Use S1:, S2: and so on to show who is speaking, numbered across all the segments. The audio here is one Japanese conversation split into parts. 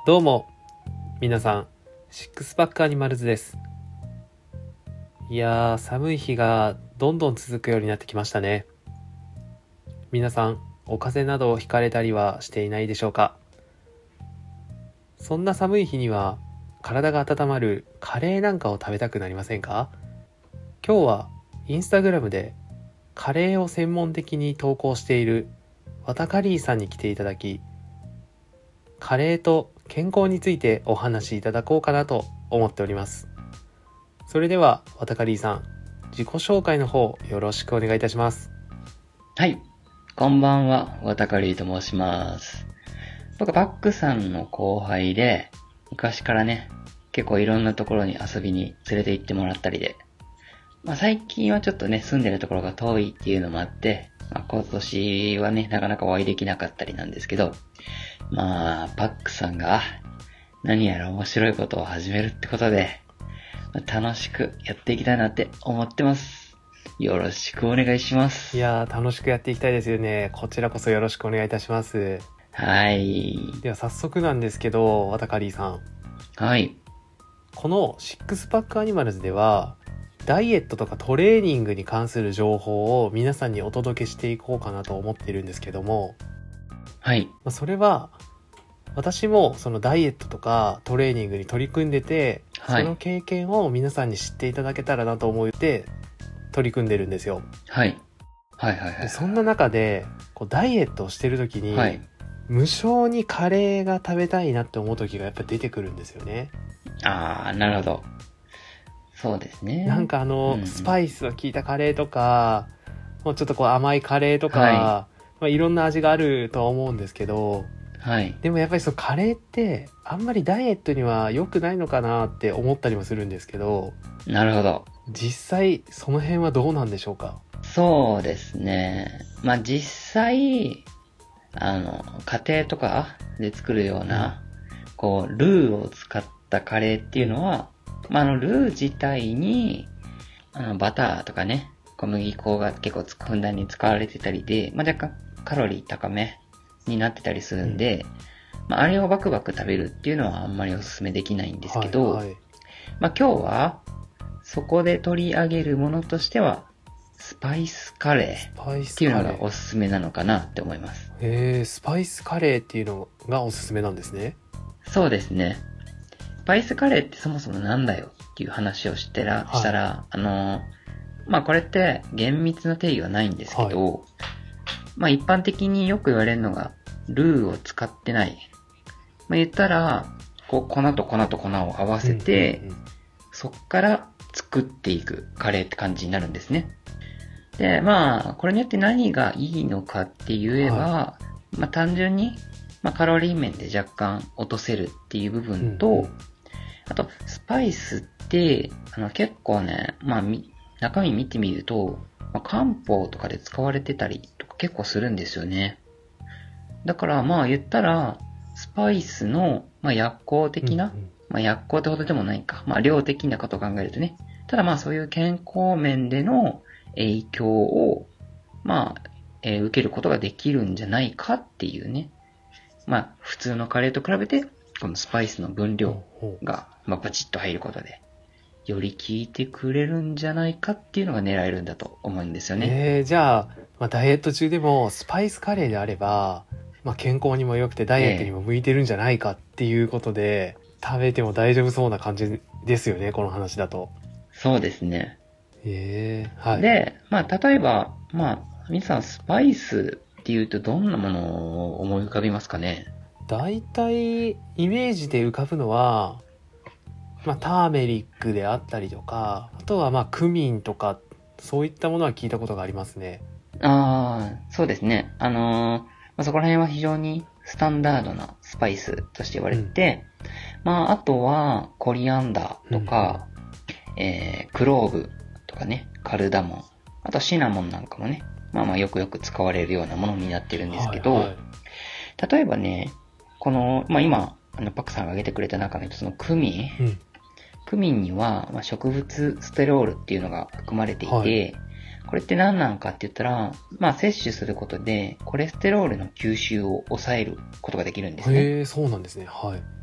S1: どうも皆さん、シックスパックアニマルズです。いやー、寒い日がどんどん続くようになってきましたね。皆さん、お風邪などひかれたりはしていないでしょうか。そんな寒い日には体が温まるカレーなんかを食べたくなりませんか？今日はインスタグラムでカレーを専門的に投稿しているワタカリーさんに来ていただき、カレーと健康についてお話しいただこうかなと思っております。それではワタカリーさん、自己紹介の方よろしくお願いいたします。
S2: はい。こんばんは、わたかりと申します。僕、バックさんの後輩で、昔からね、結構いろんなところに遊びに連れて行ってもらったりで、最近はちょっとね、住んでるところが遠いっていうのもあって、今年はね、なかなかお会いできなかったりなんですけど、バックさんが何やら面白いことを始めるってことで、楽しくやっていきたいなって思ってます。よろしくお願いします。
S1: いやー、楽しくやっていきたいですよね。こちらこそよろしくお願いいたします。
S2: はい。
S1: では早速なんですけど、ワタカリーさん。
S2: はい。
S1: このシックスパックアニマルズでは、ダイエットとかトレーニングに関する情報を皆さんにお届けしていこうかなと思っているんですけども、
S2: はい。
S1: それは私もそのダイエットとかトレーニングに取り組んでて、
S2: はい。
S1: その経験を皆さんに知っていただけたらなと思って取り組んでるんですよ。
S2: はい。はいはいはい。
S1: でそんな中でダイエットをしてる時に、
S2: はい。
S1: 無性にカレーが食べたいなって思う時がやっぱ出てくるんですよね。
S2: なるほど。そうですね。
S1: なんかスパイスが効いたカレーとか、もうちょっと甘いカレーとか、いろんな味があるとは思うんですけど、
S2: はい。
S1: でもやっぱりそのカレーってあんまりダイエットには良くないのかなって思ったりもするんですけど、
S2: なるほど。
S1: 実際その辺はどうなんでしょうか？
S2: そうですね。実際、家庭とかで作るような、ルーを使ったカレーっていうのは、ルー自体に、バターとかね、小麦粉が結構ふんだんに使われてたりで、若干カロリー高めになってたりするんで、あれをバクバク食べるっていうのはあんまりお勧めできないんですけど、
S1: はいはい、
S2: 今日は、そこで取り上げるものとしては、スパイスカレーっていうのがおすすめなのかなって思います。
S1: スパイスカレーっていうのがおすすめなんですね。
S2: そうですね。スパイスカレーってそもそもなんだよっていう話をしたら、これって厳密な定義はないんですけど、一般的によく言われるのが、ルーを使ってない。言ったら、粉と粉と粉を合わせて、そっから作っていくカレーって感じになるんですね。で、これによって何がいいのかって言えば、単純に、カロリー面で若干落とせるっていう部分と、あと、スパイスって、結構ね、中身見てみると、漢方とかで使われてたりとか結構するんですよね。だから言ったら、スパイスの、薬効的な、薬効ってほどでもないか。量的なことを考えるとね。ただそういう健康面での影響を、受けることができるんじゃないかっていうね。普通のカレーと比べて、このスパイスの分量が、バチッと入ることで、より効いてくれるんじゃないかっていうのが狙えるんだと思うんですよね。
S1: じゃあ、ダイエット中でもスパイスカレーであれば、健康にも良くてダイエットにも向いてるんじゃないかっていうことで、食べても大丈夫そうな感じですよね、この話だと。
S2: そうですね。
S1: はい。
S2: で、例えば、皆さんスパイスっていうとどんなものを思い浮かびますかね？
S1: 大体、イメージで浮かぶのは、ターメリックであったりとか、あとはクミンとか、そういったものは聞いたことがありますね。
S2: そうですね。そこら辺は非常にスタンダードなスパイスとして言われて、あとはコリアンダーとか、クローブとかね、カルダモン、あとシナモンなんかもね、よくよく使われるようなものになってるんですけど、例えばね、この、今、パクさんが挙げてくれた中でそのクミン、クミンには、植物ステロールっていうのが含まれていて、これって何なんかって言ったら、摂取することでコレステロールの吸収を抑えることができるんですね。
S1: そうなんですね。はい。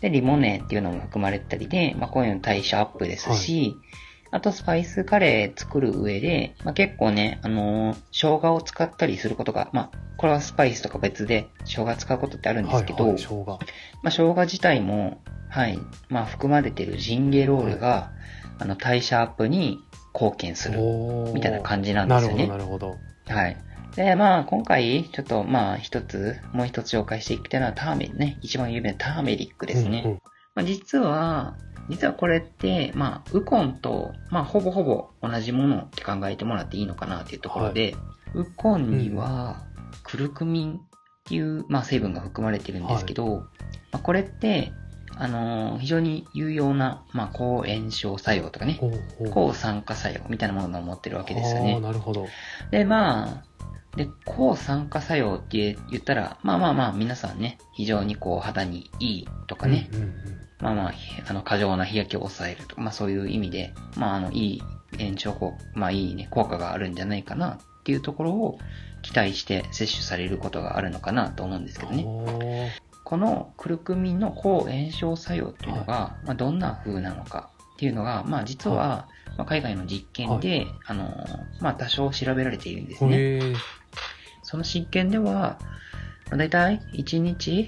S2: で、リモネっていうのも含まれてたりで、こういうの代謝アップですし、あとスパイスカレー作る上で、結構ね、生姜を使ったりすることが、これはスパイスとか別で生姜使うことってあるんですけど、
S1: 生姜。
S2: 生姜自体も、含まれているジンゲロールが、代謝アップに貢献する、みたいな感じなんですよね。
S1: なるほど。
S2: はい。で、今回、ちょっと、もう一つ紹介していきたいのはターメリックね。一番有名なターメリックですね。実はこれって、ウコンと、ほぼほぼ同じものって考えてもらっていいのかなっていうところで、ウコンには、クルクミンっていう、成分が含まれてるんですけど、これって、非常に有用な、抗炎症作用とかね、抗酸化作用みたいなものを持ってるわけですよね。
S1: なるほど。
S2: で、抗酸化作用って言ったら、皆さんね、非常に肌にいいとかね、過剰な日焼けを抑えるとか、そういう意味で、いい炎症効果、いいね、効果があるんじゃないかなっていうところを期待して摂取されることがあるのかなと思うんですけどね。このクルクミンの抗炎症作用っていうのが、どんな風なのかっていうのが、実は、海外の実験で、多少調べられているんですね。その実験では、だいたい1日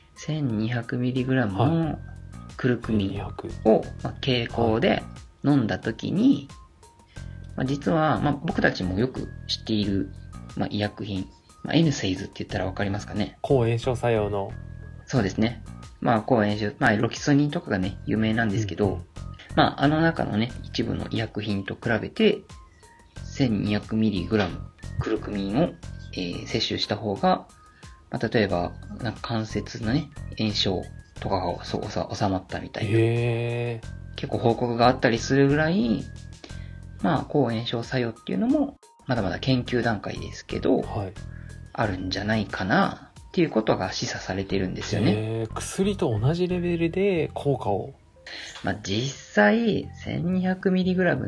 S2: 1200mg のクルクミンを経口で飲んだときに、実は、僕たちもよく知っている、医薬品、N セイズって言ったらわかりますかね。
S1: 抗炎症作用の。
S2: そうですね。抗炎症、ロキソニンとかがね、有名なんですけど、あの中のね、一部の医薬品と比べて、1200mg クルクミンを、摂取した方が、例えば、関節のね、炎症とかが収まったみたいな。結構報告があったりするぐらい、抗炎症作用っていうのも、まだまだ研究段階ですけど、あるんじゃないかなっていうことが示唆されてるんですよね。
S1: 薬と同じレベルで効果を。
S2: 実際、1200mg って、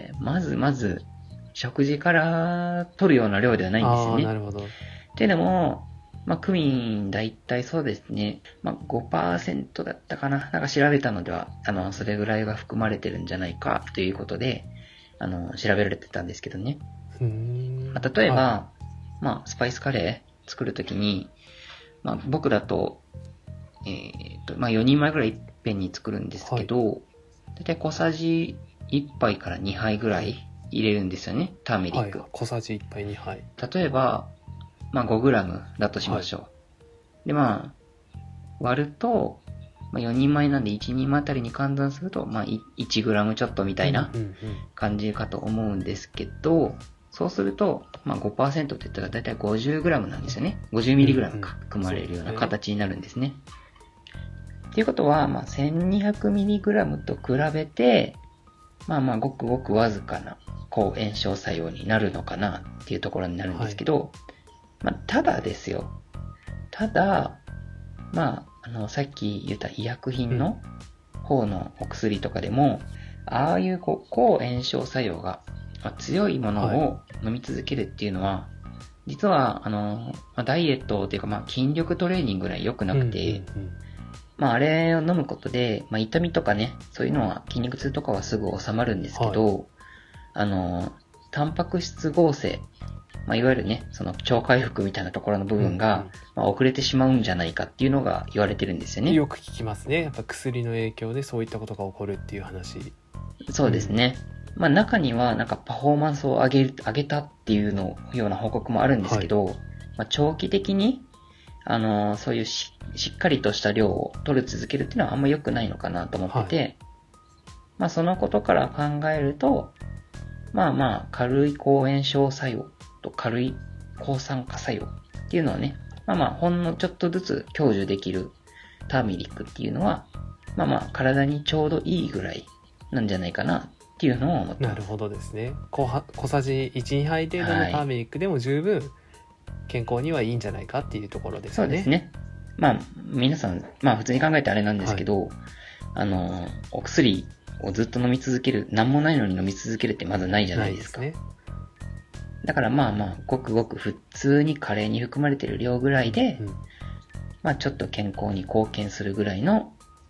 S2: まず、食事から取るような量ではないんですよね。
S1: なるほど。
S2: っていうのも、クミン、だいたいそうですね、5% だったかな。調べたのでは、それぐらいが含まれてるんじゃないかということで、調べられてたんですけどね。例えば、スパイスカレー作るときに、僕だと、4人前ぐらいいっぺんに作るんですけど、だいたい小さじ1杯から2杯ぐらい入れるんですよね、ターメリック。
S1: 小さじ1杯2杯。
S2: 例えば、5g だとしましょう。で、割ると、4人前なんで1人前あたりに換算すると、1g ちょっとみたいな感じかと思うんですけど、そうすると、5% って言ったらだいたい 50g なんですよね。50mg 含まれるような形になるんですね。っていうことは、1200mg と比べて、ごくごくわずかな抗炎症作用になるのかなっていうところになるんですけど、ただですよ。ただ、さっき言った医薬品の方のお薬とかでも、ああいう抗炎症作用が強いものを飲み続けるっていうのは、実は、ダイエットっていうか、筋力トレーニングぐらい良くなくて、あれを飲むことで、痛みとかね、そういうのは筋肉痛とかはすぐ収まるんですけど、タンパク質合成、いわゆるね、その超回復みたいなところの部分が、遅れてしまうんじゃないかっていうのが言われてるんですよね。
S1: よく聞きますね。やっぱ薬の影響でそういったことが起こるっていう話。
S2: そうですね。中にはパフォーマンスを上げたっていうような報告もあるんですけど、長期的に、そういうしっかりとした量を取り続けるっていうのはあんま良くないのかなと思ってて、そのことから考えると、軽い抗炎症作用と軽い抗酸化作用っていうのはね、ほんのちょっとずつ享受できるターメリックっていうのは、体にちょうどいいぐらいなんじゃないかなっていうのを思ってます。
S1: なるほどですね。小さじ1、2杯程度のターメリックでも十分健康にはいいんじゃないかっていうところですね。
S2: そうですね。皆さん、普通に考えてあれなんですけど、お薬をずっと飲み続ける、なんもないのに飲み続けるってまずないじゃないですか。
S1: ないですね。
S2: だからごくごく普通にカレーに含まれている量ぐらいで、ちょっと健康に貢献するぐらいの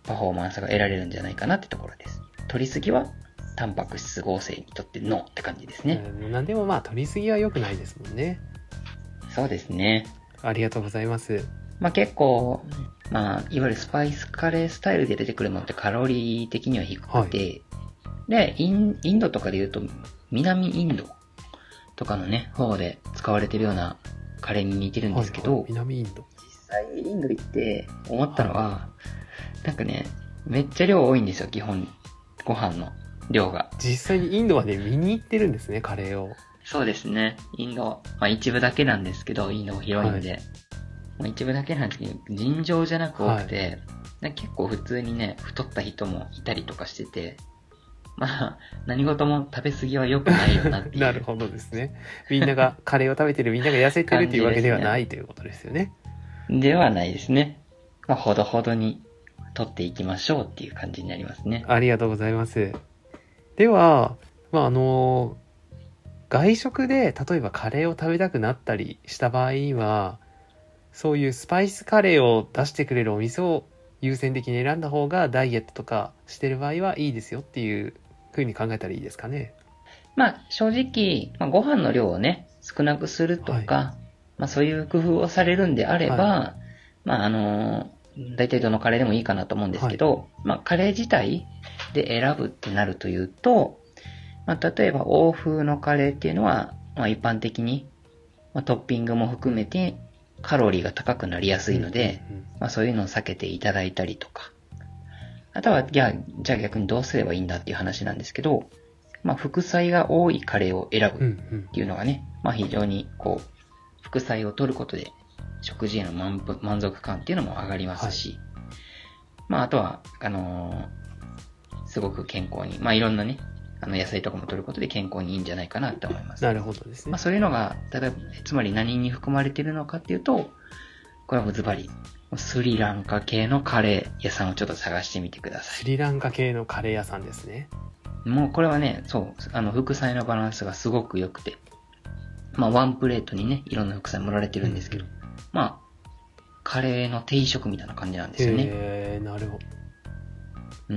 S2: パフォーマンスが得られるんじゃないかなってところです。取りすぎはタンパク質合成にとってノーって感じですね。
S1: なんでもまあ取りすぎは良くないですもんね。
S2: そうですね。
S1: ありがとうございます。
S2: まあ結構、まあいわゆるスパイスカレースタイルで出てくるものってカロリー的には低くて、で、インドとかで言うと南インドとかのね、方で使われてるようなカレーに似てるんですけど、
S1: 南インド。
S2: 実際インド行って思ったのは、なんかね、めっちゃ量多いんですよ、基本、ご飯の量が。
S1: 実際にインドはね、見に行ってるんですね、カレーを。
S2: そうですね。インド、まあ一部だけなんですけど、インド広いんで。まあ一部だけなんですけど、尋常じゃなく多くて、結構普通にね、太った人もいたりとかしてて、まあ、何事も食べ過ぎは良くないよなっていう。
S1: なるほどですね。みんながカレーを食べてる、みんなが痩せてるっていうわけではないということですよね。
S2: ではないですね。まあ、ほどほどに取っていきましょうっていう感じになりますね。
S1: ありがとうございます。では、まあ、外食で例えばカレーを食べたくなったりした場合には、そういうスパイスカレーを出してくれるお店を優先的に選んだ方がダイエットとかしてる場合はいいですよっていう風に考えたらいいですかね。
S2: まあ正直、ご飯の量をね、少なくするとか、まあそういう工夫をされるんであれば、まあ大体どのカレーでもいいかなと思うんですけど、まあカレー自体で選ぶってなるというと、まあ例えば欧風のカレーっていうのは、まあ一般的に、まあ、トッピングも含めてカロリーが高くなりやすいので、まあそういうのを避けていただいたりとか、あとは、じゃあ逆にどうすればいいんだっていう話なんですけど、まあ副菜が多いカレーを選ぶっていうのがね、まあ非常にこう、副菜を取ることで食事への満足感っていうのも上がりますし、まああとは、すごく健康に、まあいろんなね、野菜とかも取ることで健康にいいんじゃないかなって思います。
S1: なるほどですね。
S2: まあそういうのが、例えば、つまり何に含まれているのかっていうと、これはもうズバリ、スリランカ系のカレー屋さんをちょっと探してみてください。
S1: スリランカ系のカレー屋さんですね。
S2: もうこれはね、そう、副菜のバランスがすごく良くて、まあワンプレートにね、いろんな副菜盛られてるんですけど、まあ、カレーの定食みたいな感じなんですよね。
S1: なるほど。
S2: うん。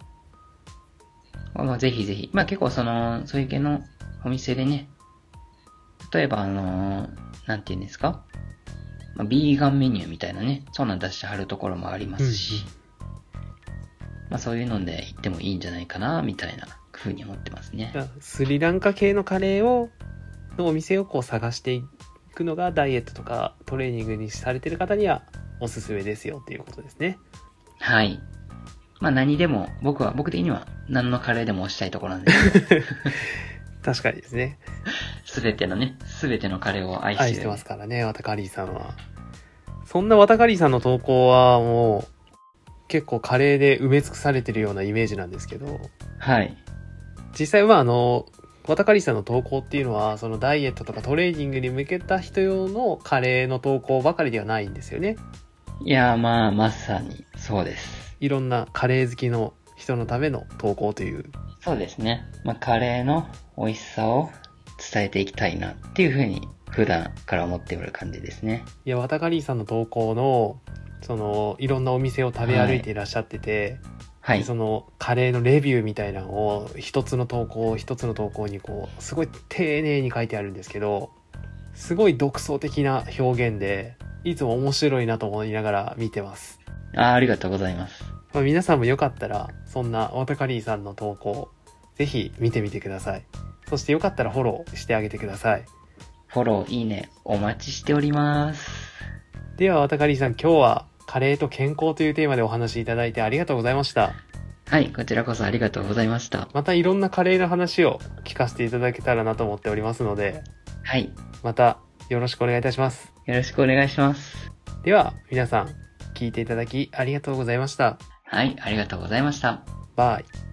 S2: まあぜひぜひ。まあ結構そういう系のお店でね、例えばなんていうんですか、まあ、ビーガンメニューみたいなね、そんなん出してはるところもありますし、まあそういうので行ってもいいんじゃないかな、みたいな風に思ってますね。
S1: スリランカ系のカレーのお店をこう探していくのがダイエットとかトレーニングにされてる方にはおすすめですよっていうことですね。
S2: はい。まあ何でも、僕的には何のカレーでも推したいところなんで。
S1: 確かにですね。
S2: すべてのカレーを愛
S1: してますからね、ワタカリーさんは。そんなワタカリーさんの投稿はもう結構カレーで埋め尽くされてるようなイメージなんですけど。
S2: はい。
S1: 実際はワタカリーさんの投稿っていうのは、そのダイエットとかトレーニングに向けた人用のカレーの投稿ばかりではないんですよね。
S2: いや、まあ、まさにそうです。
S1: いろんなカレー好きの人のための投稿という。
S2: そうですね。まあ、カレーの美味しさを伝えていきたいなっていうふうに普段から思っておる感じですね。
S1: いや、ワタカリーさんの投稿の、いろんなお店を食べ歩いていらっしゃってて、はい。そのカレーのレビューみたいなのを一つの投稿にこう、すごい丁寧に書いてあるんですけど、すごい独創的な表現で、いつも面白いなと思いながら見てます。
S2: ありがとうございます。
S1: まあ、皆さんもよかったら、そんなワタカリーさんの投稿、ぜひ見てみてください。そしてよかったらフォローしてあげてください。
S2: フォロー、いいね、お待ちしております。
S1: では、ワタカリーさん、今日はカレーと健康というテーマでお話しいただいてありがとうございました。
S2: はい、こちらこそありがとうございました。
S1: またいろんなカレーの話を聞かせていただけたらなと思っておりますので、
S2: はい。
S1: またよろしくお願いいたします。
S2: よろしくお願いします。
S1: では、皆さん、聞いていただきありがとうございました。
S2: はい、ありがとうございました。
S1: バイ。